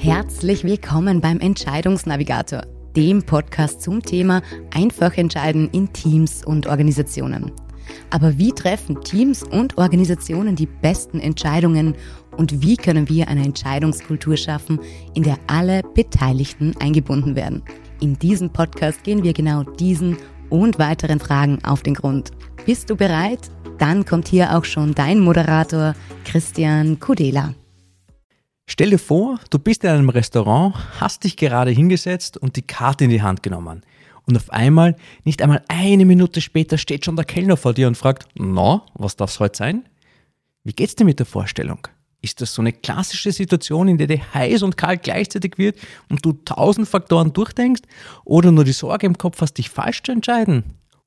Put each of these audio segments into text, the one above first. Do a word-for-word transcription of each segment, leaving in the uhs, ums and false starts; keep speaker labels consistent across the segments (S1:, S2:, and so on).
S1: Herzlich willkommen beim Entscheidungsnavigator, dem Podcast zum Thema einfach entscheiden in Teams und Organisationen. Aber wie treffen Teams und Organisationen die besten Entscheidungen und wie können wir eine Entscheidungskultur schaffen, in der alle Beteiligten eingebunden werden? In diesem Podcast gehen wir genau diesen und weiteren Fragen auf den Grund. Bist du bereit? Dann kommt hier auch schon dein Moderator Christian Kudela.
S2: Stell dir vor, du bist in einem Restaurant, hast dich gerade hingesetzt und die Karte in die Hand genommen. Und auf einmal, nicht einmal eine Minute später, steht schon der Kellner vor dir und fragt, na, was darf's heute sein? Wie geht's dir mit der Vorstellung? Ist das so eine klassische Situation, in der dir heiß und kalt gleichzeitig wird und du tausend Faktoren durchdenkst oder nur die Sorge im Kopf hast, dich falsch zu entscheiden?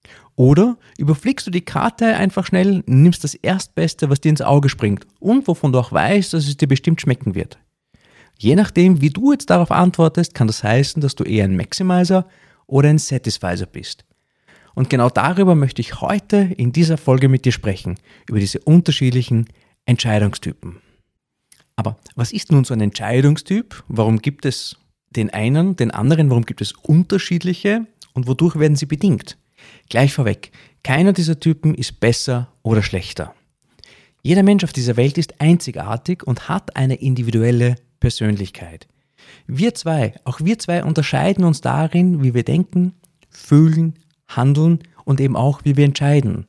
S2: Oder überfliegst du die Karte einfach schnell, nimmst das Erstbeste, was dir ins Auge springt und wovon du auch weißt, dass es dir bestimmt schmecken wird. Je nachdem, wie du jetzt darauf antwortest, kann das heißen, dass du eher ein Maximizer oder ein Satisfizer bist. Und genau darüber möchte ich heute in dieser Folge mit dir sprechen, über diese unterschiedlichen Entscheidungstypen. Aber was ist nun so ein Entscheidungstyp? Warum gibt es den einen, den anderen? Warum gibt es unterschiedliche und wodurch werden sie bedingt? Gleich vorweg, keiner dieser Typen ist besser oder schlechter. Jeder Mensch auf dieser Welt ist einzigartig und hat eine individuelle Persönlichkeit. Wir zwei, auch wir zwei unterscheiden uns darin, wie wir denken, fühlen, handeln und eben auch, wie wir entscheiden.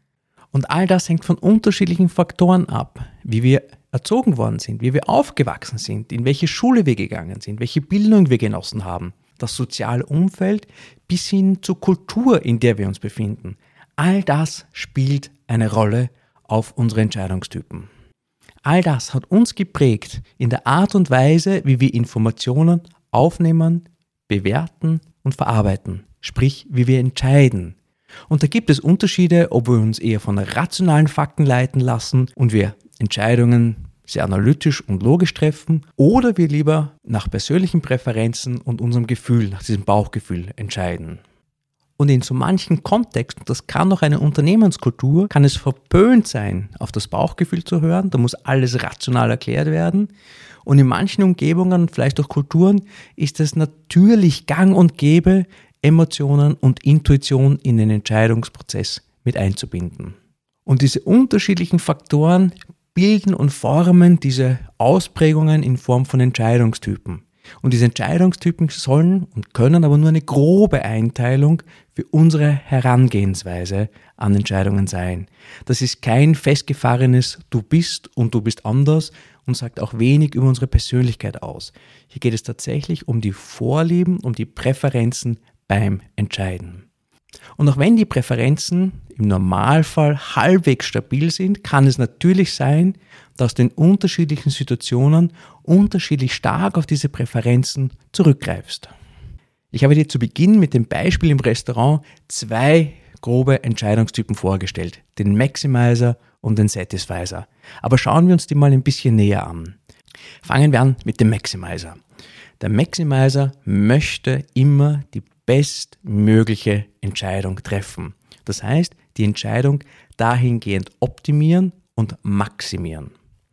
S2: Und all das hängt von unterschiedlichen Faktoren ab, wie wir erzogen worden sind, wie wir aufgewachsen sind, in welche Schule wir gegangen sind, welche Bildung wir genossen haben, das soziale Umfeld bis hin zur Kultur, in der wir uns befinden. All das spielt eine Rolle auf unsere Entscheidungstypen. All das hat uns geprägt in der Art und Weise, wie wir Informationen aufnehmen, bewerten und verarbeiten, sprich, wie wir entscheiden. Und da gibt es Unterschiede, ob wir uns eher von rationalen Fakten leiten lassen und wir Entscheidungen sehr analytisch und logisch treffen oder wir lieber nach persönlichen Präferenzen und unserem Gefühl, nach diesem Bauchgefühl entscheiden. Und in so manchen Kontexten, das kann auch eine Unternehmenskultur, kann es verpönt sein, auf das Bauchgefühl zu hören, da muss alles rational erklärt werden. Und in manchen Umgebungen, vielleicht auch Kulturen, ist es natürlich gang und gäbe, Emotionen und Intuition in den Entscheidungsprozess mit einzubinden. Und diese unterschiedlichen Faktoren bilden und formen diese Ausprägungen in Form von Entscheidungstypen. Und diese Entscheidungstypen sollen und können aber nur eine grobe Einteilung für unsere Herangehensweise an Entscheidungen sein. Das ist kein festgefahrenes Du bist und du bist anders und sagt auch wenig über unsere Persönlichkeit aus. Hier geht es tatsächlich um die Vorlieben, um die Präferenzen beim Entscheiden. Und auch wenn die Präferenzen im Normalfall halbwegs stabil sind, kann es natürlich sein, dass du in unterschiedlichen Situationen unterschiedlich stark auf diese Präferenzen zurückgreifst. Ich habe dir zu Beginn mit dem Beispiel im Restaurant zwei grobe Entscheidungstypen vorgestellt, den Maximizer und den Satisfizer. Aber schauen wir uns die mal ein bisschen näher an. Fangen wir an mit dem Maximizer. Der Maximizer möchte immer die bestmögliche Entscheidung treffen. Das heißt, die Entscheidung dahingehend optimieren und maximieren.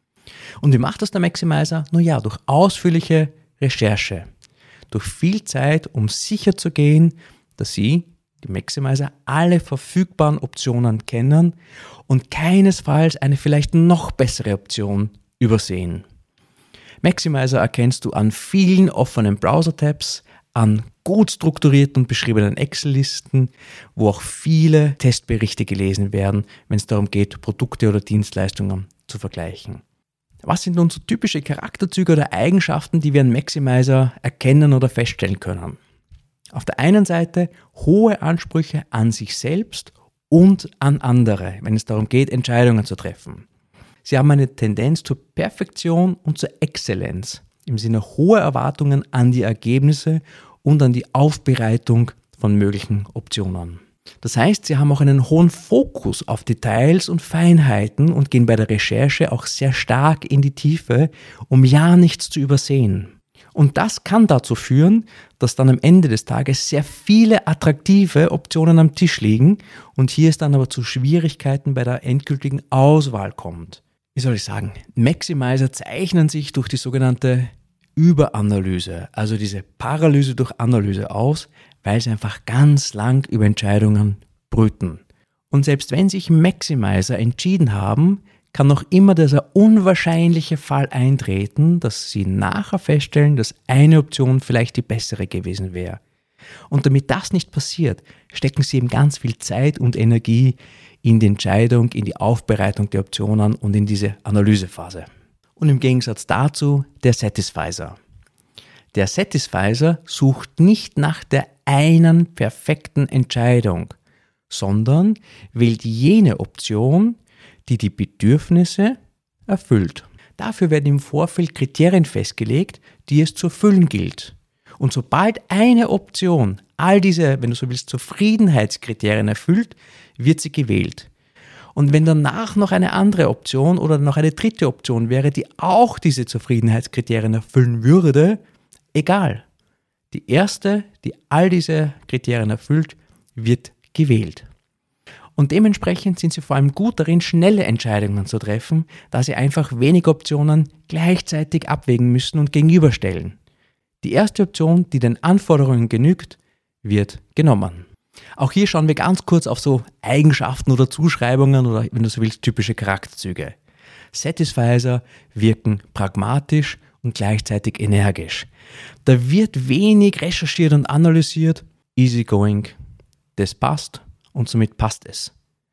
S2: Und wie macht das der Maximizer? Nun ja, durch ausführliche Recherche, durch viel Zeit, um sicher zu gehen, dass sie, die Maximizer, alle verfügbaren Optionen kennen und keinesfalls eine vielleicht noch bessere Option übersehen. Maximizer erkennst du an vielen offenen Browser-Tabs, an gut strukturierten und beschriebenen Excel-Listen, wo auch viele Testberichte gelesen werden, wenn es darum geht, Produkte oder Dienstleistungen zu vergleichen. Was sind nun so typische Charakterzüge oder Eigenschaften, die wir an Maximizer erkennen oder feststellen können? Auf der einen Seite hohe Ansprüche an sich selbst und an andere, wenn es darum geht, Entscheidungen zu treffen. Sie haben eine Tendenz zur Perfektion und zur Exzellenz, im Sinne hoher Erwartungen an die Ergebnisse und an die Aufbereitung von möglichen Optionen. Das heißt, sie haben auch einen hohen Fokus auf Details und Feinheiten und gehen bei der Recherche auch sehr stark in die Tiefe, um ja nichts zu übersehen. Und das kann dazu führen, dass dann am Ende des Tages sehr viele attraktive Optionen am Tisch liegen und hier es dann aber zu Schwierigkeiten bei der endgültigen Auswahl kommt. Wie soll ich sagen, Maximizer zeichnen sich durch die sogenannte Überanalyse, also diese Paralyse durch Analyse aus, weil sie einfach ganz lang über Entscheidungen brüten. Und selbst wenn sich Maximizer entschieden haben, kann noch immer dieser unwahrscheinliche Fall eintreten, dass sie nachher feststellen, dass eine Option vielleicht die bessere gewesen wäre. Und damit das nicht passiert, stecken sie eben ganz viel Zeit und Energie in die Entscheidung, in die Aufbereitung der Optionen und in diese Analysephase. Und im Gegensatz dazu der Satisfizer. Der Satisfizer sucht nicht nach der einen perfekten Entscheidung, sondern wählt jene Option, die die Bedürfnisse erfüllt. Dafür werden im Vorfeld Kriterien festgelegt, die es zu erfüllen gilt. Und sobald eine Option all diese, wenn du so willst, Zufriedenheitskriterien erfüllt, wird sie gewählt. Und wenn danach noch eine andere Option oder noch eine dritte Option wäre, die auch diese Zufriedenheitskriterien erfüllen würde, egal. Die erste, die all diese Kriterien erfüllt, wird gewählt. Und dementsprechend sind sie vor allem gut darin, schnelle Entscheidungen zu treffen, da sie einfach wenig Optionen gleichzeitig abwägen müssen und gegenüberstellen. Die erste Option, die den Anforderungen genügt, wird genommen. Auch hier schauen wir ganz kurz auf so Eigenschaften oder Zuschreibungen oder, wenn du so willst, typische Charakterzüge. Satisfizer wirken pragmatisch und gleichzeitig energisch. Da wird wenig recherchiert und analysiert, easygoing, das passt und somit passt es.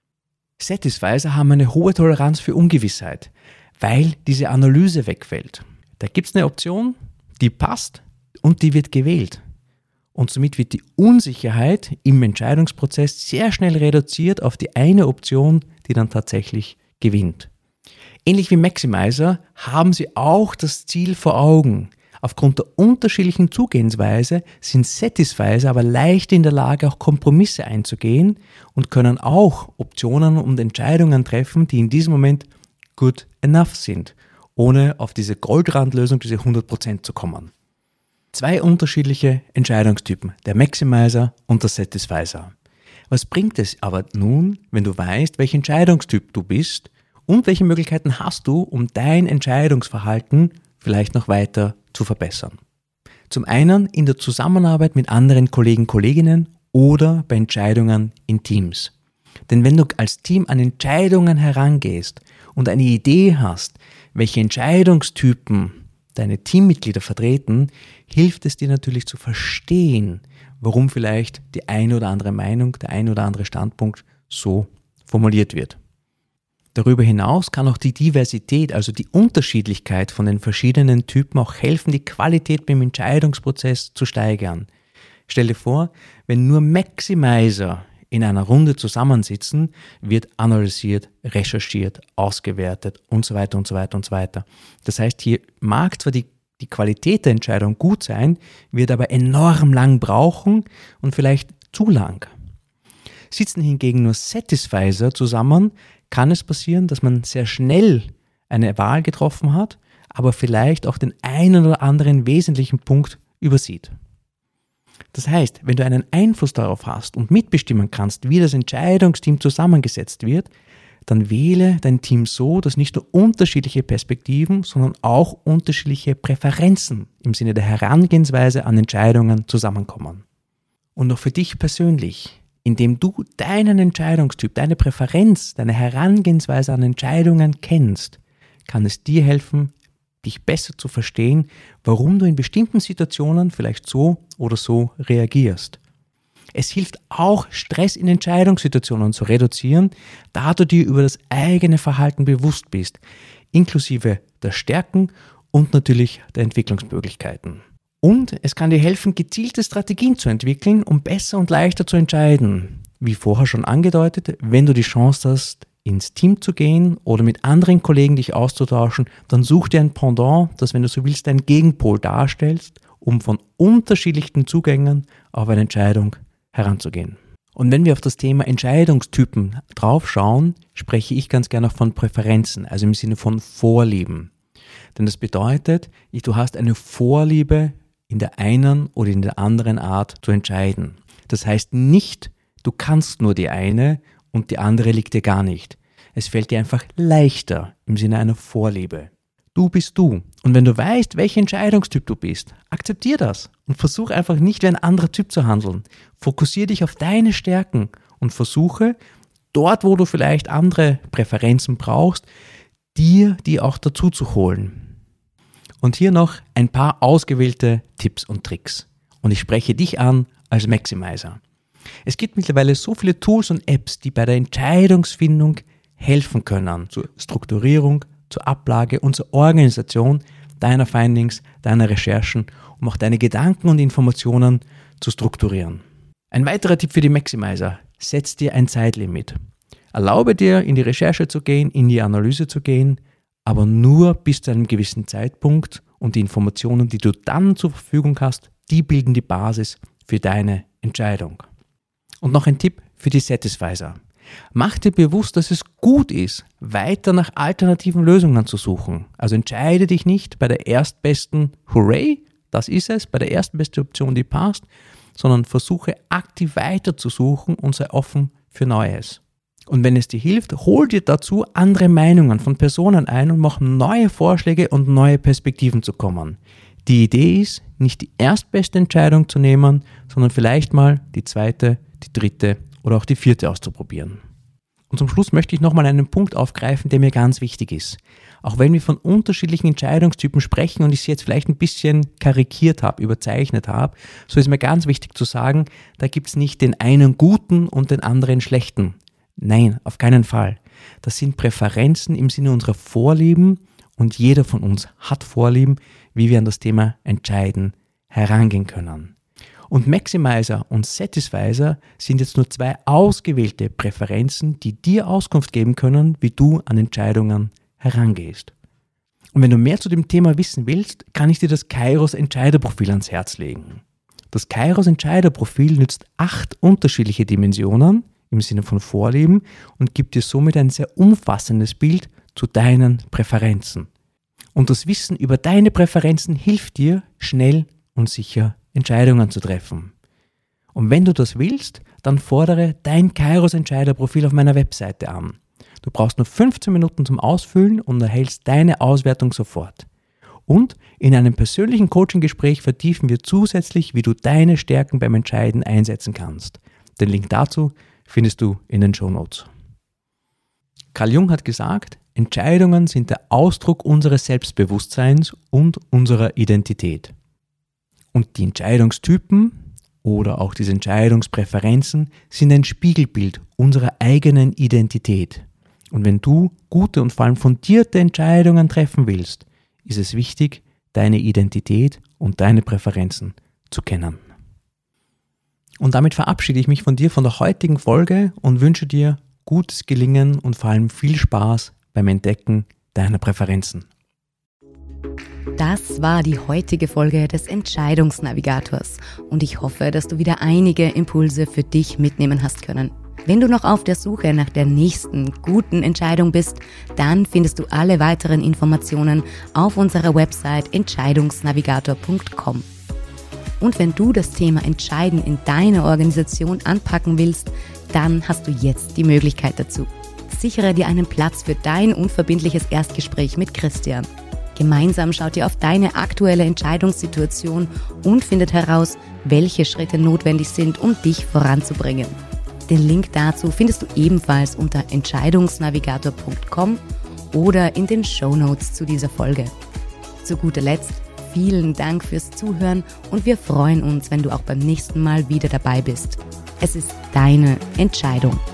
S2: Satisfizer haben eine hohe Toleranz für Ungewissheit, weil diese Analyse wegfällt. Da gibt es eine Option, die passt und die wird gewählt. Und somit wird die Unsicherheit im Entscheidungsprozess sehr schnell reduziert auf die eine Option, die dann tatsächlich gewinnt. Ähnlich wie Maximizer haben sie auch das Ziel vor Augen. Aufgrund der unterschiedlichen Zugehensweise sind Satisfizer aber leicht in der Lage, auch Kompromisse einzugehen und können auch Optionen und Entscheidungen treffen, die in diesem Moment good enough sind, ohne auf diese Goldrandlösung, diese hundert Prozent zu kommen. Zwei unterschiedliche Entscheidungstypen, der Maximizer und der Satisfizer. Was bringt es aber nun, wenn du weißt, welcher Entscheidungstyp du bist und welche Möglichkeiten hast du, um dein Entscheidungsverhalten vielleicht noch weiter zu verbessern? Zum einen in der Zusammenarbeit mit anderen Kollegen, Kolleginnen oder bei Entscheidungen in Teams. Denn wenn du als Team an Entscheidungen herangehst und eine Idee hast, welche Entscheidungstypen deine Teammitglieder vertreten, hilft es dir natürlich zu verstehen, warum vielleicht die eine oder andere Meinung, der eine oder andere Standpunkt so formuliert wird. Darüber hinaus kann auch die Diversität, also die Unterschiedlichkeit von den verschiedenen Typen auch helfen, die Qualität beim Entscheidungsprozess zu steigern. Stell dir vor, wenn nur Maximizer in einer Runde zusammensitzen, wird analysiert, recherchiert, ausgewertet und so weiter und so weiter und so weiter. Das heißt, hier mag zwar die, die Qualität der Entscheidung gut sein, wird aber enorm lang brauchen und vielleicht zu lang. Sitzen hingegen nur Satisfizer zusammen, kann es passieren, dass man sehr schnell eine Wahl getroffen hat, aber vielleicht auch den einen oder anderen wesentlichen Punkt übersieht. Das heißt, wenn du einen Einfluss darauf hast und mitbestimmen kannst, wie das Entscheidungsteam zusammengesetzt wird, dann wähle dein Team so, dass nicht nur unterschiedliche Perspektiven, sondern auch unterschiedliche Präferenzen im Sinne der Herangehensweise an Entscheidungen zusammenkommen. Und auch für dich persönlich, indem du deinen Entscheidungstyp, deine Präferenz, deine Herangehensweise an Entscheidungen kennst, kann es dir helfen, dich besser zu verstehen, warum du in bestimmten Situationen vielleicht so oder so reagierst. Es hilft auch, Stress in Entscheidungssituationen zu reduzieren, da du dir über das eigene Verhalten bewusst bist, inklusive der Stärken und natürlich der Entwicklungsmöglichkeiten. Und es kann dir helfen, gezielte Strategien zu entwickeln, um besser und leichter zu entscheiden. Wie vorher schon angedeutet, wenn du die Chance hast, ins Team zu gehen oder mit anderen Kollegen dich auszutauschen, dann such dir ein Pendant, das, wenn du so willst, einen Gegenpol darstellst, um von unterschiedlichen Zugängen auf eine Entscheidung heranzugehen. Und wenn wir auf das Thema Entscheidungstypen draufschauen, spreche ich ganz gerne auch von Präferenzen, also im Sinne von Vorlieben. Denn das bedeutet, du hast eine Vorliebe in der einen oder in der anderen Art zu entscheiden. Das heißt nicht, du kannst nur die eine und die andere liegt dir gar nicht. Es fällt dir einfach leichter im Sinne einer Vorliebe. Du bist du. Und wenn du weißt, welcher Entscheidungstyp du bist, akzeptier das und versuch einfach nicht wie ein anderer Typ zu handeln. Fokussiere dich auf deine Stärken und versuche, dort, wo du vielleicht andere Präferenzen brauchst, dir die auch dazu zu holen. Und hier noch ein paar ausgewählte Tipps und Tricks. Und ich spreche dich an als Maximizer. Es gibt mittlerweile so viele Tools und Apps, die bei der Entscheidungsfindung helfen können, zur Strukturierung, zur Ablage und zur Organisation deiner Findings, deiner Recherchen, um auch deine Gedanken und Informationen zu strukturieren. Ein weiterer Tipp für die Maximizer: Setz dir ein Zeitlimit. Erlaube dir, in die Recherche zu gehen, in die Analyse zu gehen, aber nur bis zu einem gewissen Zeitpunkt, und die Informationen, die du dann zur Verfügung hast, die bilden die Basis für deine Entscheidung. Und noch ein Tipp für die Satisfizer. Mach dir bewusst, dass es gut ist, weiter nach alternativen Lösungen zu suchen. Also entscheide dich nicht bei der erstbesten Hooray, das ist es, bei der erstbesten Option, die passt, sondern versuche aktiv weiter zu suchen und sei offen für Neues. Und wenn es dir hilft, hol dir dazu andere Meinungen von Personen ein und mach neue Vorschläge und neue Perspektiven zu kommen. Die Idee ist, nicht die erstbeste Entscheidung zu nehmen, sondern vielleicht mal die zweite, die dritte oder auch die vierte auszuprobieren. Und zum Schluss möchte ich nochmal einen Punkt aufgreifen, der mir ganz wichtig ist. Auch wenn wir von unterschiedlichen Entscheidungstypen sprechen und ich sie jetzt vielleicht ein bisschen karikiert habe, überzeichnet habe, so ist mir ganz wichtig zu sagen, da gibt es nicht den einen guten und den anderen schlechten. Nein, auf keinen Fall. Das sind Präferenzen im Sinne unserer Vorlieben und jeder von uns hat Vorlieben, wie wir an das Thema Entscheiden herangehen können. Und Maximizer und Satisfizer sind jetzt nur zwei ausgewählte Präferenzen, die dir Auskunft geben können, wie du an Entscheidungen herangehst. Und wenn du mehr zu dem Thema wissen willst, kann ich dir das Kairos Entscheiderprofil ans Herz legen. Das Kairos Entscheiderprofil nützt acht unterschiedliche Dimensionen im Sinne von Vorlieben und gibt dir somit ein sehr umfassendes Bild zu deinen Präferenzen. Und das Wissen über deine Präferenzen hilft dir, schnell und sicher Entscheidungen zu treffen. Und wenn du das willst, dann fordere dein Kairos Entscheiderprofil auf meiner Webseite an. Du brauchst nur fünfzehn Minuten zum Ausfüllen und erhältst deine Auswertung sofort. Und in einem persönlichen Coaching-Gespräch vertiefen wir zusätzlich, wie du deine Stärken beim Entscheiden einsetzen kannst. Den Link dazu findest du in den Shownotes. Carl Jung hat gesagt, Entscheidungen sind der Ausdruck unseres Selbstbewusstseins und unserer Identität. Und die Entscheidungstypen oder auch diese Entscheidungspräferenzen sind ein Spiegelbild unserer eigenen Identität. Und wenn du gute und vor allem fundierte Entscheidungen treffen willst, ist es wichtig, deine Identität und deine Präferenzen zu kennen. Und damit verabschiede ich mich von dir von der heutigen Folge und wünsche dir gutes Gelingen und vor allem viel Spaß beim Entdecken deiner Präferenzen.
S1: Das war die heutige Folge des Entscheidungsnavigators und ich hoffe, dass du wieder einige Impulse für dich mitnehmen hast können. Wenn du noch auf der Suche nach der nächsten guten Entscheidung bist, dann findest du alle weiteren Informationen auf unserer Website entscheidungsnavigator punkt com. Und wenn du das Thema Entscheiden in deiner Organisation anpacken willst, dann hast du jetzt die Möglichkeit dazu. Sichere dir einen Platz für dein unverbindliches Erstgespräch mit Christian. Gemeinsam schaut ihr auf deine aktuelle Entscheidungssituation und findet heraus, welche Schritte notwendig sind, um dich voranzubringen. Den Link dazu findest du ebenfalls unter entscheidungsnavigator punkt com oder in den Shownotes zu dieser Folge. Zu guter Letzt, vielen Dank fürs Zuhören und wir freuen uns, wenn du auch beim nächsten Mal wieder dabei bist. Es ist deine Entscheidung.